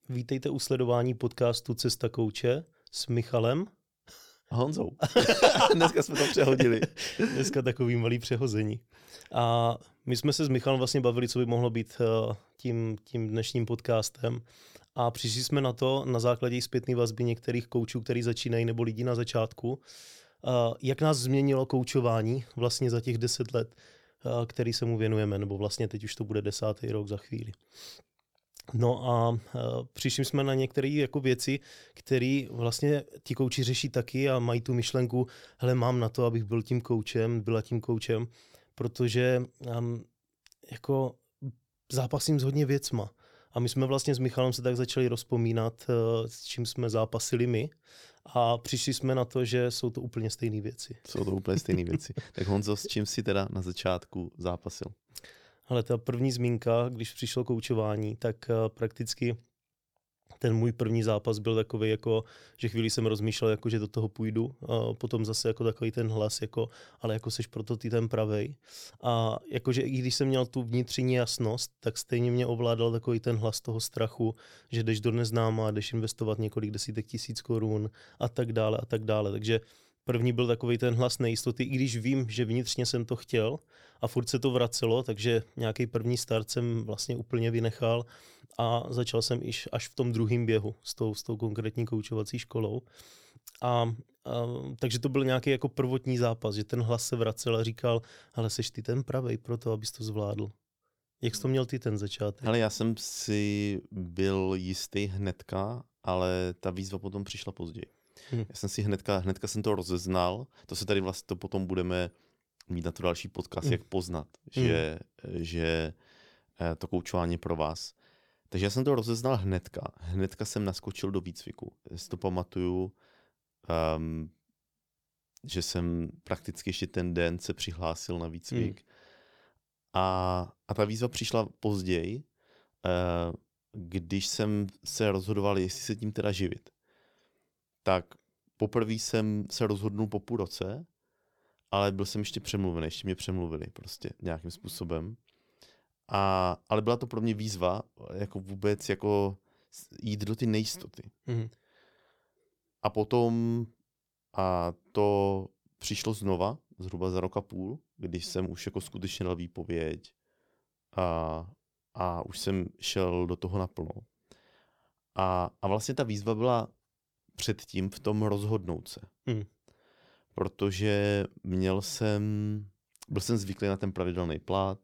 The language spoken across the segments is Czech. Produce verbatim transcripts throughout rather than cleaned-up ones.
Vítejte u sledování podcastu Cesta kouče s Michalem. Honzou. Dneska jsme to přehodili. Dneska takový malý přehození. A my jsme se s Michalem vlastně bavili, co by mohlo být tím, tím dnešním podcastem. A přišli jsme na to na základě zpětné vazby některých koučů, který začínají, nebo lidí na začátku, jak nás změnilo koučování vlastně za těch deset let, který se mu věnujeme, nebo vlastně teď už to bude desátý rok za chvíli. No a uh, přišli jsme na některé jako věci, které vlastně ti kouči řeší taky a mají tu myšlenku, hele, mám na to, abych byl tím koučem, byla tím koučem, protože um, jako zápasím s hodně věcma. A my jsme vlastně s Michalem se tak začali rozpomínat, uh, s čím jsme zápasili my, a přišli jsme na to, že jsou to úplně stejné věci. Jsou to úplně stejné věci. Tak Honzo, s čím jsi teda na začátku zápasil? Ale ta první zmínka, když přišlo koučování, tak uh, prakticky ten můj první zápas byl takový, jako, že chvíli jsem rozmýšlel, jako, že do toho půjdu. A potom zase jako takový ten hlas, jako, ale jako seš proto ty ten pravej. A jakože i když jsem měl tu vnitřní jasnost, tak stejně mě ovládal takový ten hlas toho strachu, že jdeš do neznáma, jdeš investovat několik desítek tisíc korun a tak dále a tak dále. Takže první byl takový ten hlas nejistoty, i když vím, že vnitřně jsem to chtěl a furt se to vracelo, takže nějaký první start jsem vlastně úplně vynechal a začal jsem iž až v tom druhém běhu s tou, s tou konkrétní koučovací školou. A, a, takže to byl nějaký jako prvotní zápas, že ten hlas se vracel a říkal, ale seš ty ten pravej pro to, abys to zvládl. Jak jsi to měl ty ten začátek? Hele, já jsem si byl jistý hnedka, ale ta výzva potom přišla později. Hmm. Já jsem si hnedka, hnedka jsem to rozeznal, to se tady vlastně to potom budeme mít na to další podcast, hmm. jak poznat, hmm. že, že to koučování je pro vás. Takže já jsem to rozeznal hnedka. Hnedka jsem naskočil do výcviku. Já si to pamatuju, um, že jsem prakticky ještě ten den se přihlásil na výcvik. Hmm. A, a ta výzva přišla později, uh, když jsem se rozhodoval, jestli se tím teda živit. Tak poprvé jsem se rozhodnul po půl roce, ale byl jsem ještě přemluvený, ještě mě přemluvili prostě nějakým způsobem. A, ale byla to pro mě výzva, jako vůbec jako jít do ty nejistoty. Mm. A potom a to přišlo znova, zhruba za rok a půl, když jsem už jako skutečně dal výpověď a, a už jsem šel do toho naplno. A, a vlastně ta výzva byla předtím v tom rozhodnout se. Mm. Protože měl jsem, byl jsem zvyklý na ten pravidelný plat.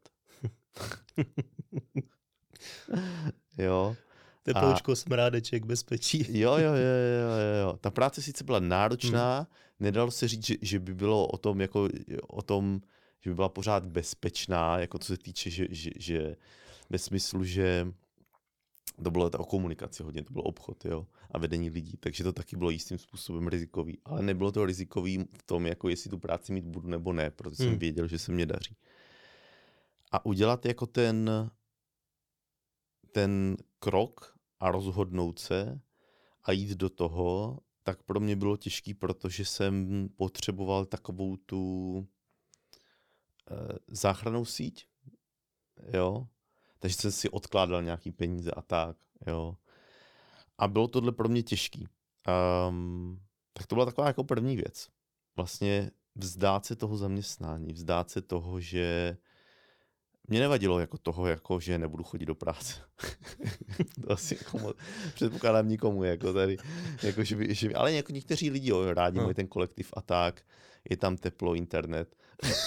Jo. Teploučko, a... smrádeček, bezpečí. Jo, jo, jo, jo, jo. Ta práce sice byla náročná, hmm. nedalo se říct, že, že by bylo o tom, jako o tom, že by byla pořád bezpečná, jako co se týče, že, že, že ve smyslu, že to bylo o komunikaci hodně, to byl obchod, jo, a vedení lidí, takže to taky bylo jistým způsobem rizikový, ale nebylo to rizikový v tom, jako jestli tu práci mít budu nebo ne, protože hmm. jsem věděl, že se mě daří. A udělat jako ten, ten krok a rozhodnout se a jít do toho, tak pro mě bylo těžký, protože jsem potřeboval takovou tu e, záchrannou síť, jo. Takže jsem si odkládal nějaký peníze a tak, jo. A bylo tohle pro mě těžký. Um, tak to byla taková jako první věc. Vlastně vzdát se toho zaměstnání, vzdát se toho, že mě nevadilo jako toho, jako, že nebudu chodit do práce. To asi jako předpokládám nikomu, jako tady, jako, že by, že by, ale jako někteří lidi jo, rádi mají ten kolektiv a tak, je tam teplo, internet.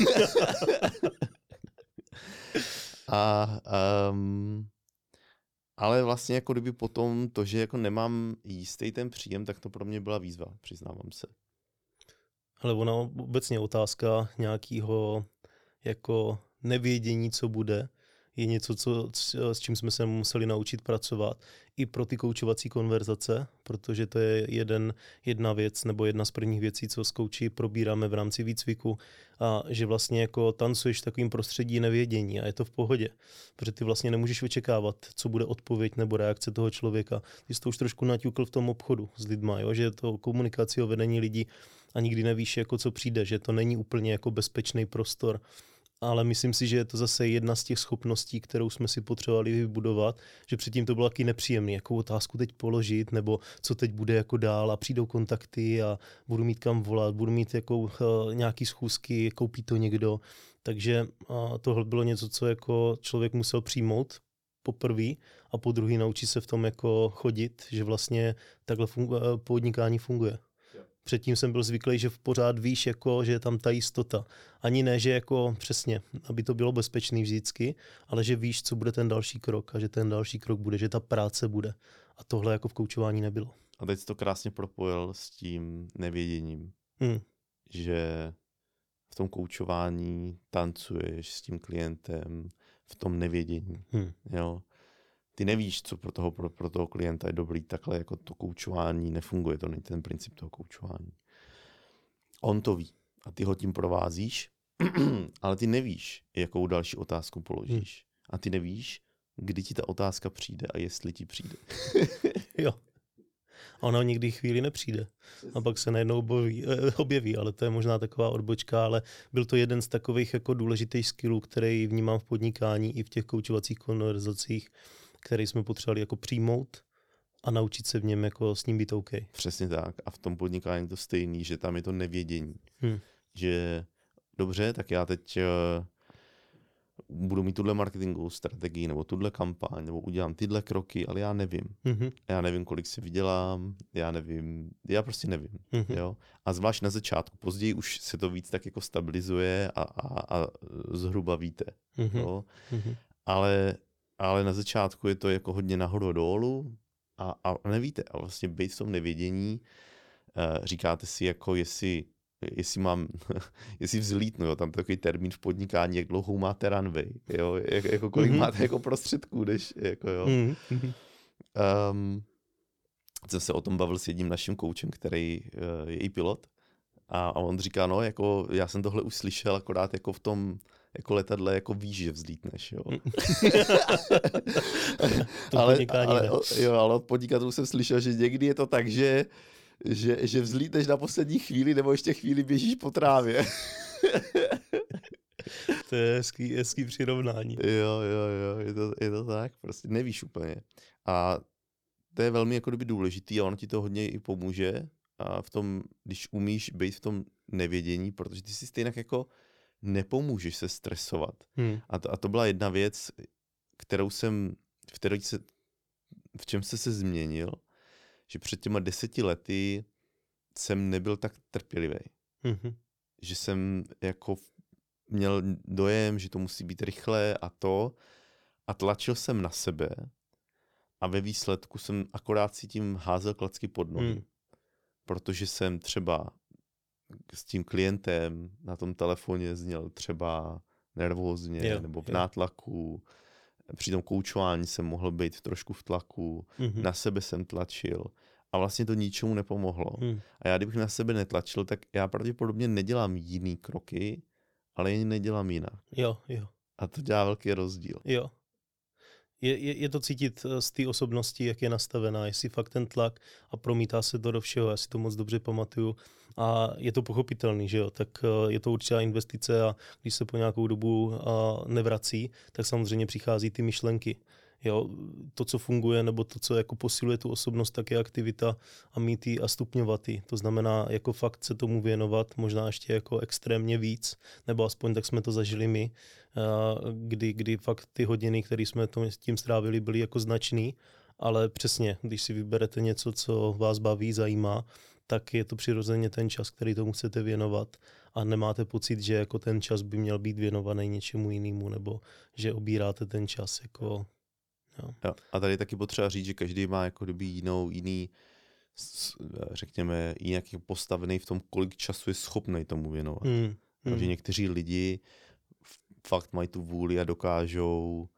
A, um, ale vlastně jako kdyby potom to, že jako nemám jistý ten příjem, tak to pro mě byla výzva, přiznávám se. Ale ona obecně otázka nějakého jako nevědění, co bude, je něco, co, s čím jsme se museli naučit pracovat i pro ty koučovací konverzace, protože to je jeden, jedna věc nebo jedna z prvních věcí, co s kouči probíráme v rámci výcviku, a že vlastně jako tancuješ v takovým prostředí nevědění a je to v pohodě, protože ty vlastně nemůžeš očekávat, co bude odpověď nebo reakce toho člověka. Ty jsi to už trošku naťukl v tom obchodu s lidma, jo? Že je to komunikace o vedení lidí a nikdy nevíš, jako co přijde, že to není úplně jako bezpečný prostor. ale myslím si, že je to zase jedna z těch schopností, kterou jsme si potřebovali vybudovat, že předtím to bylo taky nepříjemné, jakou otázku teď položit, nebo co teď bude jako dál a přijdou kontakty a budu mít kam volat, budu mít jako uh, nějaký schůzky, koupí to někdo. Takže uh, tohle bylo něco, co jako člověk musel přijmout poprvé a po druhý naučit se v tom jako chodit, že vlastně takhle fungu- podnikání funguje. Předtím jsem byl zvyklý, že pořád víš, jako, že je tam ta jistota. Ani ne, že jako přesně, aby to bylo bezpečný vždycky, ale že víš, co bude ten další krok a že ten další krok bude, že ta práce bude. A tohle jako v koučování nebylo. A teď jsi to krásně propojil s tím nevěděním. Hmm. Že v tom koučování tancuješ s tím klientem v tom nevědění. Hmm. Jo? Ty nevíš, co pro toho, pro, pro toho klienta je dobrý, takhle jako to koučování nefunguje, to není ten princip toho koučování. On to ví a ty ho tím provázíš, ale ty nevíš, jakou další otázku položíš. Hmm. A ty nevíš, kdy ti ta otázka přijde a jestli ti přijde. Jo. A ona někdy chvíli nepřijde. A pak se najednou objeví, objeví, ale to je možná taková odbočka, ale byl to jeden z takových jako důležitých skillů, který vnímám v podnikání i v těch koučovacích konverzacích, který jsme potřebovali jako přijmout a naučit se v něm jako s ním být OK. Přesně tak. A v tom podnikání je to stejný, že tam je to nevědění. Hmm. Že dobře, tak já teď uh, budu mít tuhle marketingovou strategii, nebo tuhle kampaň, nebo udělám tyhle kroky, ale já nevím. Mm-hmm. Já nevím, kolik si vydělám, já nevím, já prostě nevím. Mm-hmm. Jo? A zvlášť na začátku, později už se to víc tak jako stabilizuje a, a, a zhruba víte. Mm-hmm. Jo? Mm-hmm. Ale, ale na začátku je to jako hodně nahoru dolů a, a nevíte. A vlastně být v tom nevědění, uh, říkáte si jako jestli jestli mám, jestli vzlítnu, jo, tam takový termín v podnikání, jak dlouhou máte runway, jo, jak, jako kolik mm-hmm. máte jako prostředků, než, jako jo. Mm-hmm. Um, jsem se o tom bavil s jedním naším koučem, který uh, je i pilot a, a on říká, no, jako já jsem tohle už slyšel, akorát jako v tom jako letadle jako víš, že vzlítneš, jo. ale, ale, jo, ale od podnikatelů jsem slyšel, že někdy je to tak, že Že, že vzlítneš na poslední chvíli, nebo ještě chvíli běžíš po trávě. To je hezký, hezký přirovnání. Jo, jo, jo, je to, je to tak, prostě nevíš úplně. A to je velmi jako kdyby důležitý a ono ti to hodně i pomůže a v tom, když umíš být v tom nevědění, protože ty si stejně jako nepomůžeš se stresovat. Hmm. A, to, a to byla jedna věc, kterou jsem, v, které se, v čem jsi se změnil, že před těma deseti lety jsem nebyl tak trpělivý. Mm-hmm. Že jsem jako měl dojem, že to musí být rychlé a to. A tlačil jsem na sebe a ve výsledku jsem akorát si tím házel klacky pod nohy. Mm. Protože jsem třeba s tím klientem na tom telefoně zněl třeba nervózně jo, nebo v jo. nátlaku. Při tom koučování jsem mohl být trošku v tlaku, mm-hmm. na sebe jsem tlačil a vlastně to ničemu nepomohlo. Mm. A já kdybych na sebe netlačil, tak já pravděpodobně nedělám jiný kroky, ale jen nedělám jinak. Jo, jo. A to dělá velký rozdíl. Jo. Je, je, je to cítit z té osobnosti, jak je nastavená, jestli fakt ten tlak a promítá se to do všeho, já si to moc dobře pamatuju a je to pochopitelný, že jo, tak je to určitá investice a když se po nějakou dobu nevrací, tak samozřejmě přichází ty myšlenky. Jo, to, co funguje, nebo to, co jako posiluje tu osobnost, tak je aktivita a mít ji a stupňovat ji. To znamená jako fakt se tomu věnovat, možná ještě jako extrémně víc, nebo aspoň tak jsme to zažili my, kdy, kdy fakt ty hodiny, které jsme tím strávili, byly jako značný, ale přesně, když si vyberete něco, co vás baví, zajímá, tak je to přirozeně ten čas, který tomu chcete věnovat a nemáte pocit, že jako ten čas by měl být věnovaný něčemu jinému, nebo že obíráte ten čas jako... Jo. Jo. A tady taky potřeba říct, že každý má jako kdyby jinou, jiný, řekněme, jinak postavený v tom, kolik času je schopný tomu věnovat. Mm, Takže mm. někteří lidi fakt mají tu vůli a dokážou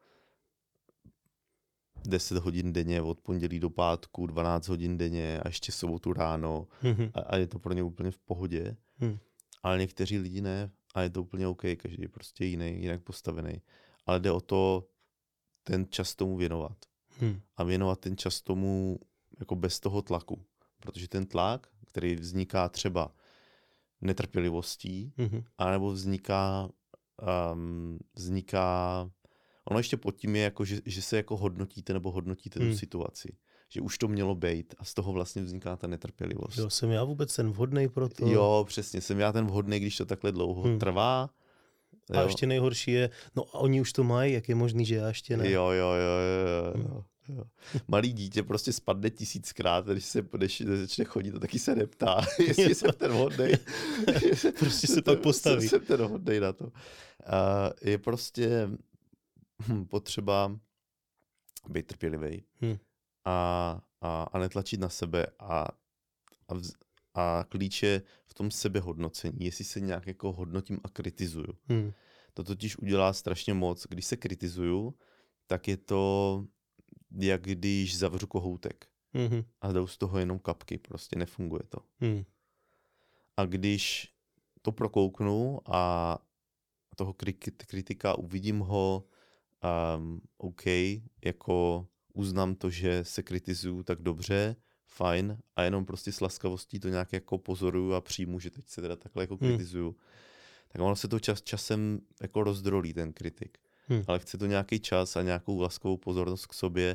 deset hodin denně od pondělí do pátku, dvanáct hodin denně a ještě sobotu ráno mm-hmm. a, a je to pro ně úplně v pohodě. Mm. Ale někteří lidi ne a je to úplně OK, každý je prostě jiný, jinak postavený. Ale jde o to, ten čas tomu věnovat. Hmm. A věnovat ten čas tomu jako bez toho tlaku. Protože ten tlak, který vzniká třeba netrpělivostí, hmm. anebo vzniká um, vzniká, ono ještě pod tím je, jako, že, že se jako hodnotíte nebo hodnotíte hmm. tu situaci. Že už to mělo být a z toho vlastně vzniká ta netrpělivost. Jo, jsem já vůbec ten vhodnej pro to? Jo, přesně, jsem já ten vhodnej, když to takhle dlouho hmm. trvá. Jo. A ještě nejhorší je, no a oni už to mají, jak je možný, že já ještě ne? Jo, jo, jo, jo, jo. Hmm. Jo. Malý dítě prostě spadne tisíckrát, když se když začne chodit, to taky se neptá, jestli jsem ten hodnej. Prostě se pak postaví. Jsem ten hodnej na to. Uh, je prostě hm, potřeba být trpělivý hmm. a, a, a netlačit na sebe a, a, vz, a klíče v tom sebehodnocení, jestli se nějak jako hodnotím a kritizuju. Hmm. To totiž udělá strašně moc. Když se kritizuju, tak je to jak když zavřu kohoutek mm-hmm. a jdou z toho jenom kapky, prostě nefunguje to. Mm. A když to prokouknu a toho kritika uvidím ho, um, OK, jako uznám to, že se kritizuju tak dobře, fajn, a jenom prostě s laskavostí to nějak jako pozoruju a přijmu, že teď se teda takhle jako kritizuju, mm. tak ono se to čas, časem jako rozdrolí ten kritik. Hmm. Ale chce to nějaký čas a nějakou laskovou pozornost k sobě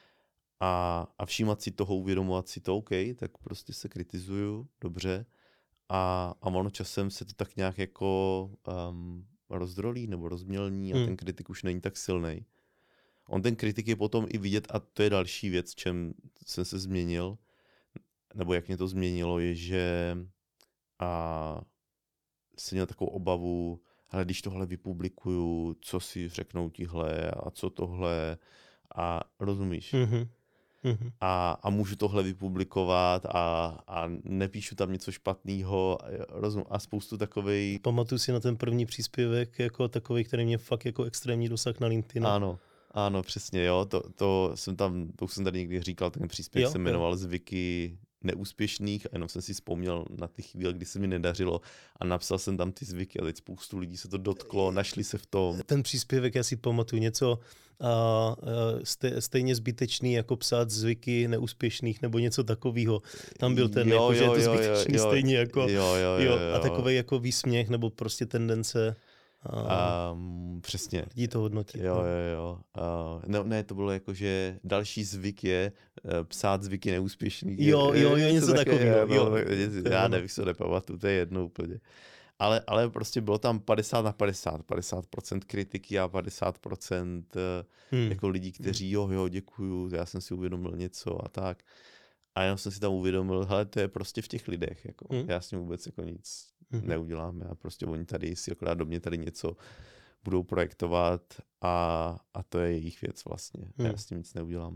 a, a všímat si toho, uvědomovat si to, OK, tak prostě se kritizuju, dobře, a, a ono časem se to tak nějak jako um, rozdrolí nebo rozmělní a hmm. ten kritik už není tak silnej. On ten kritik je potom i vidět, a to je další věc, čem jsem se změnil, nebo jak mě to změnilo, je, že a, jsem měl takovou obavu, ale když tohle vypublikuju, co si řeknou tihle a co tohle a rozumíš. Mm-hmm. Mm-hmm. A, a můžu tohle vypublikovat a, a nepíšu tam něco špatného, rozum, a spoustu takovej... Pamatuju si na ten první příspěvek jako takový, který mě fakt jako extrémní dosah na LinkedIn. Ano, ano, přesně, jo, to, to jsem tam, to už jsem tady někdy říkal, ten příspěvek jo, se jmenoval Zvyky neúspěšných a jenom jsem si vzpomněl na ty chvíle, kdy se mi nedařilo a napsal jsem tam ty zvyky a teď spoustu lidí se to dotklo, našli se v tom. Ten příspěvek, já si pamatuju něco a, a stej, stejně zbytečný, jako psát zvyky neúspěšných nebo něco takového. Tam byl ten, jo, jako, jo, že je to jo, zbytečný jo, stejně jako jo, jo, jo, jo, jo, a takovej jako výsměch nebo prostě tendence. A, um, přesně. Lidi to hodnotí. Jo, jo, jo. Uh, no, ne, to bylo jako, že další zvyk je uh, psát zvyky neúspěšný. Jo, jo, jo, něco takového. No, jo, já nevím, co nepamatuju, to je jedno úplně. Ale, ale prostě bylo tam padesát na padesát. padesát procent kritiky a padesát procent uh, hmm. jako lidí, kteří jo, jo, děkuju, já jsem si uvědomil něco a tak. A já jsem si tam uvědomil, hele, to je prostě v těch lidech. Jako. Hmm. Já s tím vůbec jako nic hmm. neudělám. Já prostě oni tady si akorát do mě tady něco budou projektovat a, a to je jejich věc vlastně. Hmm. Já s tím nic neudělám.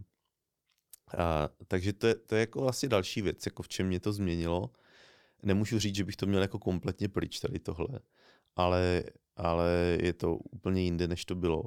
A, takže to je, to je jako vlastně další věc, jako v čem mě to změnilo. Nemůžu říct, že bych to měl jako kompletně pryč tady tohle, ale, ale je to úplně jinde, než to bylo.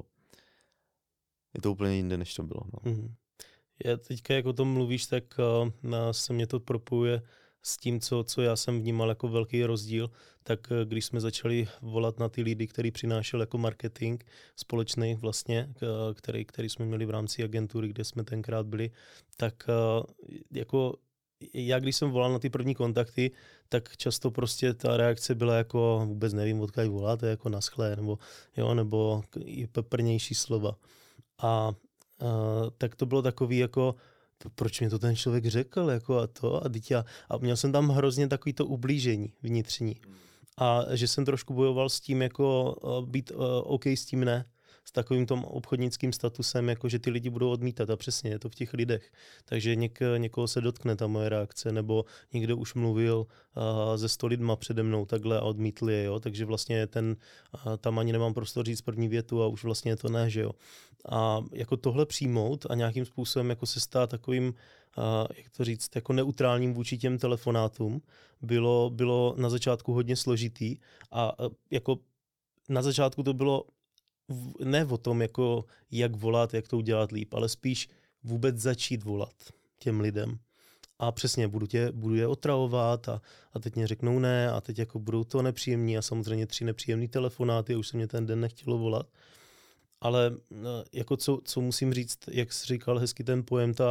Je to úplně jinde, než to bylo. No. Hmm. Já teďka, jak o tom mluvíš, tak uh, se mě to propojuje s tím, co, co já jsem vnímal jako velký rozdíl, tak uh, když jsme začali volat na ty lidi, který přinášel jako marketing společný vlastně, uh, který, který jsme měli v rámci agentury, kde jsme tenkrát byli, tak uh, jako já, když jsem volal na ty první kontakty, tak často prostě ta reakce byla jako vůbec nevím, odkud voláte, jako naschlé, nebo, jo, nebo i peprnější slova. A Uh, tak to bylo takový jako, proč mě to ten člověk řekl, jako a to, a já, a měl jsem tam hrozně takový to ublížení vnitřní. A že jsem trošku bojoval s tím, jako uh, být uh, OK s tím ne, s takovým tom obchodnickým statusem, jako že ty lidi budou odmítat a přesně je to v těch lidech. Takže něk, někoho se dotkne ta moje reakce, nebo někdo už mluvil uh, se sto lidma přede mnou takhle a odmítli je, jo, takže vlastně ten, uh, tam ani nemám prostor říct první větu a už vlastně je to ne, že jo. A jako tohle přijmout a nějakým způsobem jako se stát takovým, uh, jak to říct, jako neutrálním vůči těm telefonátům, bylo, bylo na začátku hodně složitý a uh, jako na začátku to bylo ne o tom, jako jak volat, jak to udělat líp, ale spíš vůbec začít volat těm lidem. A přesně, budu, tě, budu je otravovat a, a teď mě řeknou ne a teď jako budou to nepříjemní a samozřejmě tři nepříjemný telefonáty, už se mě ten den nechtělo volat. Ale jako co, co musím říct, jak jsi říkal hezky ten pojem, ta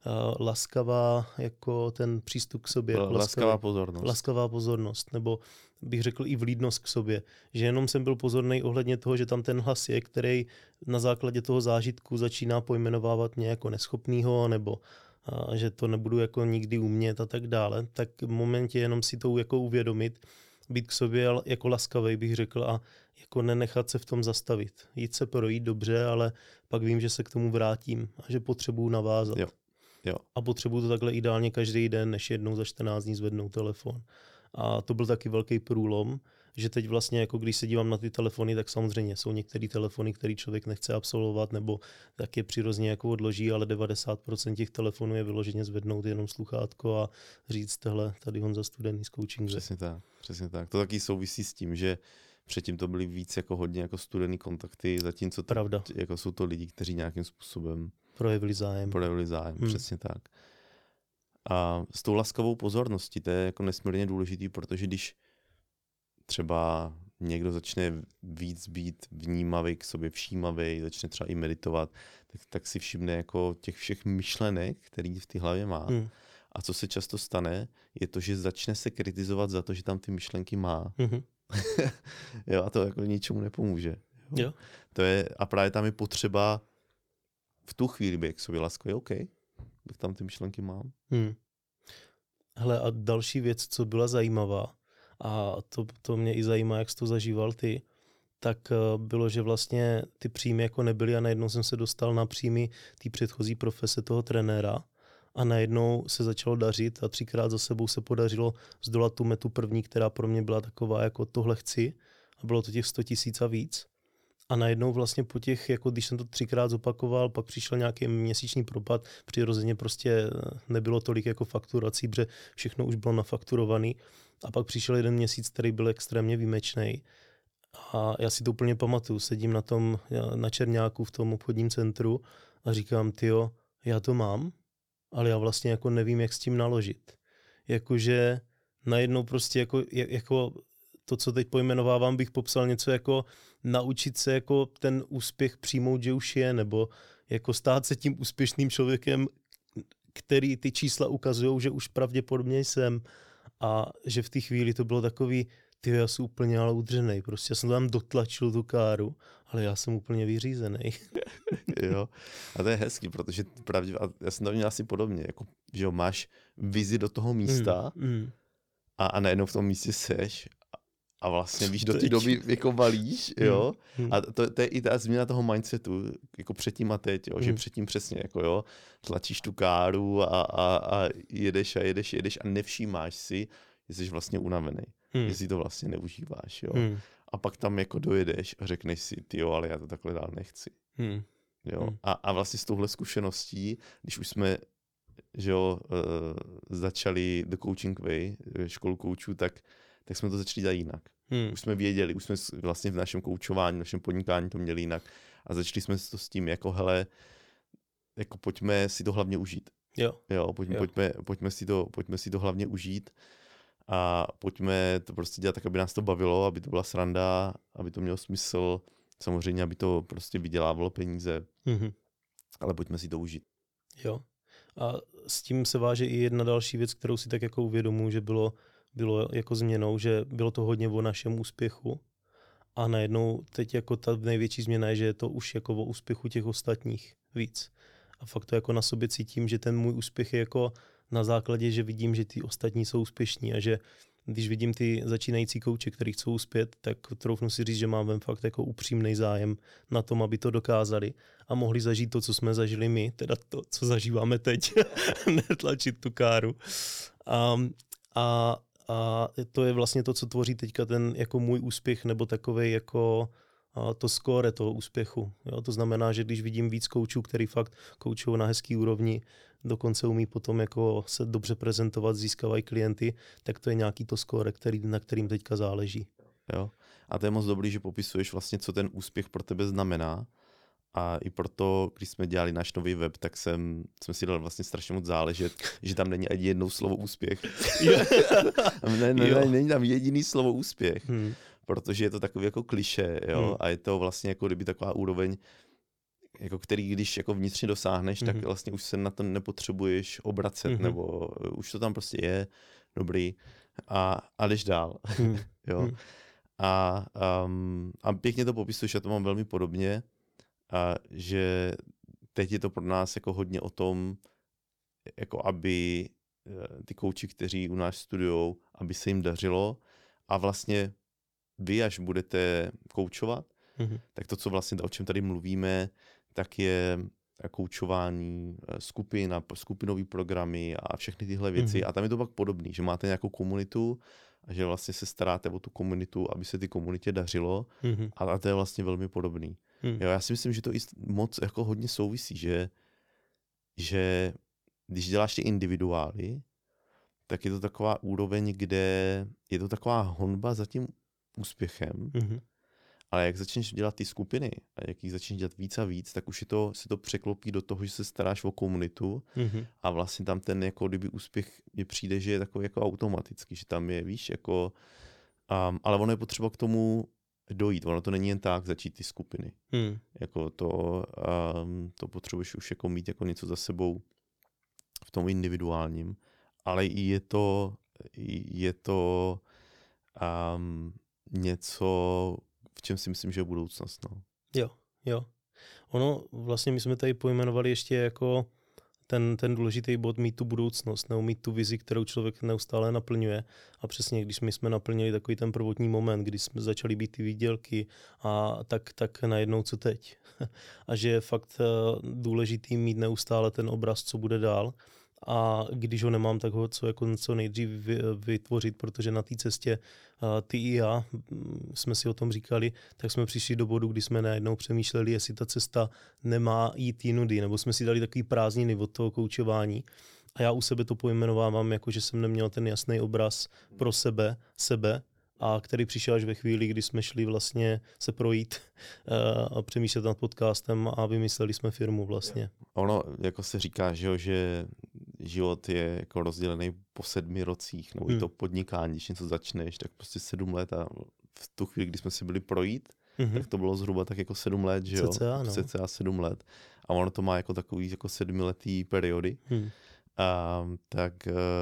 uh, laskavá jako ten přístup k sobě. Laskavá laskavý, pozornost. Laskavá pozornost, nebo bych řekl i vlídnost k sobě. Že jenom jsem byl pozorný ohledně toho, že tam ten hlas je, který na základě toho zážitku začíná pojmenovávat mě jako neschopnýho, nebo a že to nebudu jako nikdy umět a tak dále, tak v momentě jenom si to jako uvědomit, být k sobě jako laskavý, bych řekl, a jako nenechat se v tom zastavit. Jít se projít dobře, ale pak vím, že se k tomu vrátím a že potřebuju navázat. Jo. Jo. A potřebuju to takhle ideálně každý den, než jednou za čtrnáct dní zvednout telefon. A to byl taky velký průlom, že teď vlastně, jako když se dívám na ty telefony, tak samozřejmě jsou některé telefony, které člověk nechce absolvovat, nebo tak je přirozeně jako odloží, ale devadesát procent těch telefonů je vyloženě zvednout jenom sluchátko a říct, tehle, tady Honza Studený z coachingu. Přesně tak, přesně tak. To taky souvisí s tím, že předtím to byly víc jako hodně jako studený kontakty, zatímco to, Pravda. Jako jsou to lidi, kteří nějakým způsobem projevili zájem. Projevili zájem, hmm. přesně tak. A s tou laskavou pozorností, to je jako nesmírně důležitý, protože když třeba někdo začne víc být vnímavý k sobě, všímavý, začne třeba i meditovat, tak, tak si všimne jako těch všech myšlenek, který v té hlavě má. Hmm. A co se často stane, je to, že začne se kritizovat za to, že tam ty myšlenky má. Hmm. Jo, a to jako ničemu nepomůže. Jo. Jo. To je, a právě tam je potřeba v tu chvíli být k sobě laskavý, OK, tak tam ty myšlenky mám. Hmm. Hele, a další věc, co byla zajímavá, a to, to mě i zajímá, jak jsi to zažíval ty, tak bylo, že vlastně ty příjmy jako nebyly a najednou jsem se dostal na příjmy té předchozí profese toho trenéra a najednou se začalo dařit a třikrát za sebou se podařilo zdolat tu metu první, která pro mě byla taková jako tohle chci a bylo to těch sto tisíc a víc. A najednou vlastně po těch, jako když jsem to třikrát zopakoval, pak přišel nějaký měsíční propad, přirozeně prostě nebylo tolik jako fakturací, protože všechno už bylo nafakturovaný. A pak přišel jeden měsíc, který byl extrémně výjimečný. A já si to úplně pamatuju, sedím na tom, na Čerňáku v tom obchodním centru a říkám, tyjo, já to mám, ale já vlastně jako nevím, jak s tím naložit. Jakože najednou prostě jako, jako to, co teď pojmenovávám, bych popsal něco jako naučit se jako ten úspěch přijmout, že už je, nebo jako stát se tím úspěšným člověkem, který ty čísla ukazují, že už pravděpodobně jsem. A že v té chvíli to bylo takový, ty já jsem úplně ale udřenej, prostě já jsem tam dotlačil tu káru, ale já jsem úplně vyřízený. Jo, a to je hezký, protože pravdě, já jsem to měl asi podobně, jako, že jo, máš vizi do toho místa mm, mm. A, a najednou v tom místě seš a vlastně víš, do té doby jako valíš, jo, mm, a to, to je i ta změna toho mindsetu, jako předtím a teď, jo, mm. že předtím přesně, jako jo, tlačíš tu káru a, a, a jedeš a jedeš, jedeš a nevšímáš si, že jsi vlastně unavený, mm. že si to vlastně neužíváš, jo. Mm. A pak tam jako dojedeš a řekneš si, ty jo, ale já to takhle dál nechci. Mm. Jo. Mm. A, a vlastně s touhle zkušeností, když už jsme, že jo, uh, začali The Coaching Way, školu koučů, tak, tak jsme to začali dělat jinak. Hmm. Už jsme věděli, už jsme vlastně v našem koučování, v našem podnikání to měli jinak. A začali jsme to s tím, jako hele, jako pojďme si to hlavně užít. Jo. Jo, pojďme, jo. Pojďme, pojďme, si to, pojďme si to hlavně užít a pojďme to prostě dělat tak, aby nás to bavilo, aby to byla sranda, aby to mělo smysl, samozřejmě, aby to prostě vydělávalo peníze, mm-hmm. ale pojďme si to užít. Jo. A s tím se váže i jedna další věc, kterou si tak jako uvědomuji, že bylo bylo jako změnou, že bylo to hodně o našem úspěchu a najednou teď jako ta největší změna je, že je to už jako o úspěchu těch ostatních víc. A fakt to jako na sobě cítím, že ten můj úspěch je jako na základě, že vidím, že ty ostatní jsou úspěšní a že když vidím ty začínající kouče, který chcou uspět, tak troufnu si říct, že mám fakt jako upřímný zájem na tom, aby to dokázali a mohli zažít to, co jsme zažili my, teda to, co zažíváme teď, netlačit tu káru. A, a A to je vlastně to, co tvoří teďka ten jako můj úspěch, nebo takovej jako to skóre toho úspěchu. Jo? To znamená, že když vidím víc koučů, který fakt koučují na hezký úrovni, dokonce umí potom jako se dobře prezentovat, získávají klienty, tak to je nějaký to skóre, který, na kterým teďka záleží. Jo. A to je moc dobrý, že popisuješ vlastně, co ten úspěch pro tebe znamená. A i proto, když jsme dělali náš nový web, tak jsem, jsme si dali vlastně strašně moc záležet, že tam není ani jednou slovo úspěch. ne, ne, ne, není tam jediný slovo úspěch, hmm. protože je to takový jako klišé, jo, hmm. a je to vlastně jako kdyby taková úroveň, jako který když jako vnitřně dosáhneš, mm-hmm. tak vlastně už se na to nepotřebuješ obracet, mm-hmm. nebo už to tam prostě je, dobrý, a, a jdeš dál. Mm. jo. A, um, a pěkně to popisuješ, já to mám velmi podobně, a že teď je to pro nás jako hodně o tom, jako aby ty kouči, kteří u nás studujou, aby se jim dařilo a vlastně vy, až budete koučovat, mm-hmm. tak to, co vlastně, o čem tady mluvíme, tak je koučování skupin a skupinový programy a všechny tyhle věci. Mm-hmm. A tam je to pak podobný, že máte nějakou komunitu a že vlastně se staráte o tu komunitu, aby se ty komunitě dařilo mm-hmm. a to je vlastně velmi podobný. Mm. Jo, já si myslím, že to i moc jako hodně souvisí, že, že když děláš ty individuály, tak je to taková úroveň, kde je to taková honba za tím úspěchem, mm-hmm. ale jak začneš dělat ty skupiny a jak jich začneš dělat víc a víc, tak už je to, se to překlopí do toho, že se staráš o komunitu mm-hmm. a vlastně tam ten jako kdyby úspěch je přijde, že je takový jako automatický, že tam je, víš, jako, um, ale ono je potřeba k tomu dojít, ono to není jen tak začít ty skupiny. Mm. Jako to, um, to potřebuješ už jako mít jako něco za sebou v tom individuálním, ale i je to, je to um, něco, v čem si myslím, že je budoucnost. No. Jo, jo. Ono, vlastně my jsme tady pojmenovali ještě jako ten, ten důležitý bod mít tu budoucnost, nebo mít tu vizi, kterou člověk neustále naplňuje. A přesně, když my jsme naplnili takový ten prvotní moment, kdy jsme začali být ty výdělky, a tak, tak najednou co teď. A že je fakt důležitý mít neustále ten obraz, co bude dál. A když ho nemám, tak ho co, jako co nejdřív vytvořit, protože na té cestě ty i já jsme si o tom říkali, tak jsme přišli do bodu, kdy jsme najednou přemýšleli, jestli ta cesta nemá jít jinudy, nebo jsme si dali takový prázdniny od toho koučování. A já u sebe to pojmenovávám, jako že jsem neměl ten jasný obraz pro sebe, sebe, a který přišel až ve chvíli, kdy jsme šli vlastně se projít a přemýšlet nad podcastem a vymysleli jsme firmu vlastně. Ono, jako se říká, že, jo, že život je jako rozdělený po sedmi rocích, nebo hmm. i to podnikání, když něco začneš, tak prostě sedm let a v tu chvíli, kdy jsme si byli projít, mm-hmm. tak to bylo zhruba tak jako sedm let, že jo? Cca, no. Cca sedm let. A ono to má jako takový jako sedmiletý periody. Hmm. A, tak,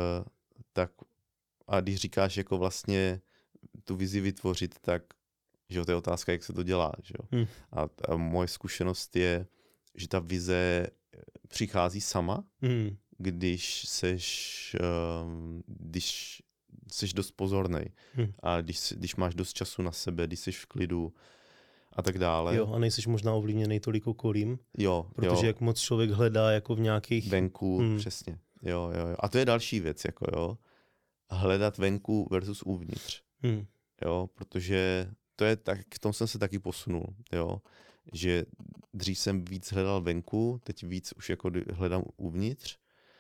tak a když říkáš jako vlastně tu vizi vytvořit, tak že jo, to je otázka, jak se to dělá, že jo. Hmm. A, a moje zkušenost je, že ta vize přichází sama, hmm. když seš, um, když seš dost pozornej hmm. a když, když máš dost času na sebe, když seš v klidu a tak dále. Jo, a nejseš možná ovlivněnej tolik okolím, jo, protože jo. jak moc člověk hledá jako v nějakých... Venku, hmm. přesně. Jo, jo, jo. A to je další věc, jako jo. Hledat venku versus uvnitř. Hmm. Jo, protože to je tak, k tomu jsem se taky posunul, jo. Že dřív jsem víc hledal venku, teď víc už jako hledám uvnitř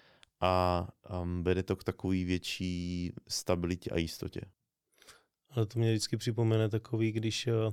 a um, vede to k takový větší stabilitě a jistotě. Ale to mě vždycky připomene takový, když uh,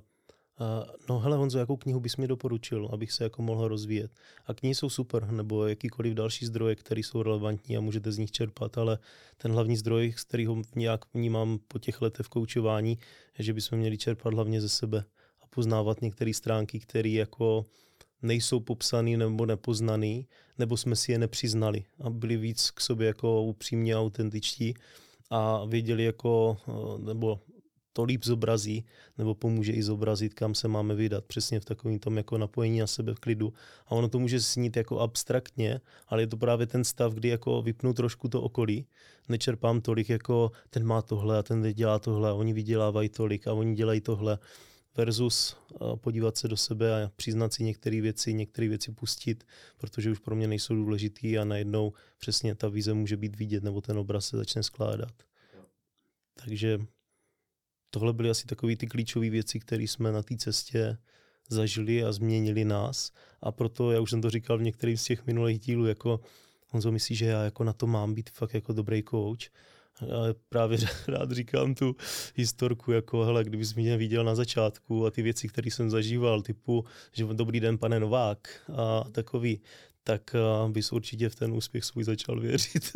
no hele Honzo, jakou knihu bys mi doporučil, abych se jako mohl rozvíjet. A knihy jsou super, nebo jakýkoliv další zdroje, které jsou relevantní a můžete z nich čerpat, ale ten hlavní zdroj, z kterého nějak vnímám po těch letech v koučování, je, že bychom měli čerpat hlavně ze sebe a poznávat některé stránky, které jako nejsou popsaný nebo nepoznaný, nebo jsme si je nepřiznali a byli víc k sobě jako upřímně autentičtí a věděli jako, nebo to líp zobrazí, nebo pomůže i zobrazit, kam se máme vydat. Přesně v takovém tom jako napojení na sebe v klidu. A ono to může snít jako abstraktně, ale je to právě ten stav, kdy jako vypnu trošku to okolí, nečerpám tolik jako ten má tohle a ten dělá tohle a oni vydělávají tolik a oni dělají tohle versus podívat se do sebe a přiznat si některé věci, některé věci pustit, protože už pro mě nejsou důležitý a najednou přesně ta vize může být vidět nebo ten obraz se začne skládat. Takže tohle byly asi takové ty klíčové věci, které jsme na té cestě zažili a změnili nás. A proto, já už jsem to říkal v některých z těch minulých dílů, jako Honzo, myslí, že já jako na to mám být fakt jako dobrý coach. Já právě rád říkám tu historku, jako hele, kdybys mě viděl na začátku a ty věci, které jsem zažíval, typu, že dobrý den, pane Novák a takový, tak bys určitě v ten úspěch svůj začal věřit.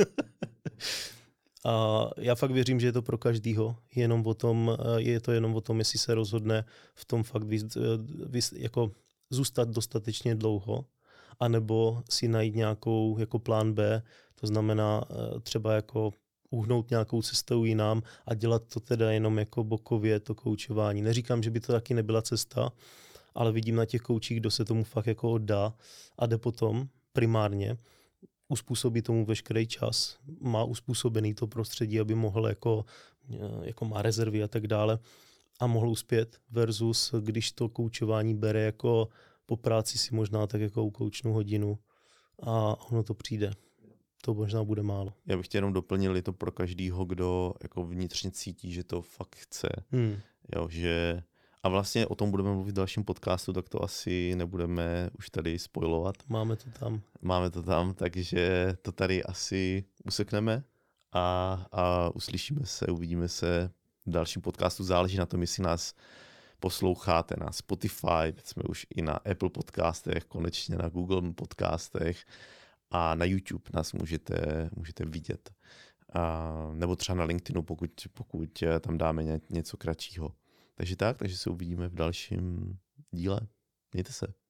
A já fakt věřím, že je to pro každýho, jenom o tom, je to jenom o tom, jestli se rozhodne v tom fakt vys, vys, jako zůstat dostatečně dlouho, anebo si najít nějakou jako plán B, to znamená třeba jako uhnout nějakou cestou jinam a dělat to teda jenom jako bokově, to koučování. Neříkám, že by to taky nebyla cesta, ale vidím na těch koučích, kdo se tomu fakt jako oddá a jde potom primárně, uspůsobí tomu veškerý čas, má uspůsobený to prostředí, aby mohl jako, jako má rezervy a tak dále a mohl uspět versus když to koučování bere jako po práci si možná tak jako ukoučnu hodinu a ono to přijde. To možná bude málo. Já bych chtěl jenom doplnil, je to pro každýho, kdo jako vnitřně cítí, že to fakt chce. Hmm. Jo, že... A vlastně o tom budeme mluvit v dalším podcastu, tak to asi nebudeme už tady spoilovat. Máme to tam. Máme to tam, takže to tady asi usekneme a, a uslyšíme se, uvidíme se v dalším podcastu. Záleží na tom, jestli nás posloucháte na Spotify, teď jsme už i na Apple podcastech, konečně na Google podcastech a na YouTube nás můžete, můžete vidět. A, nebo třeba na LinkedInu, pokud, pokud tam dáme ně, něco kratšího. Takže tak, takže se uvidíme v dalším díle. Mějte se.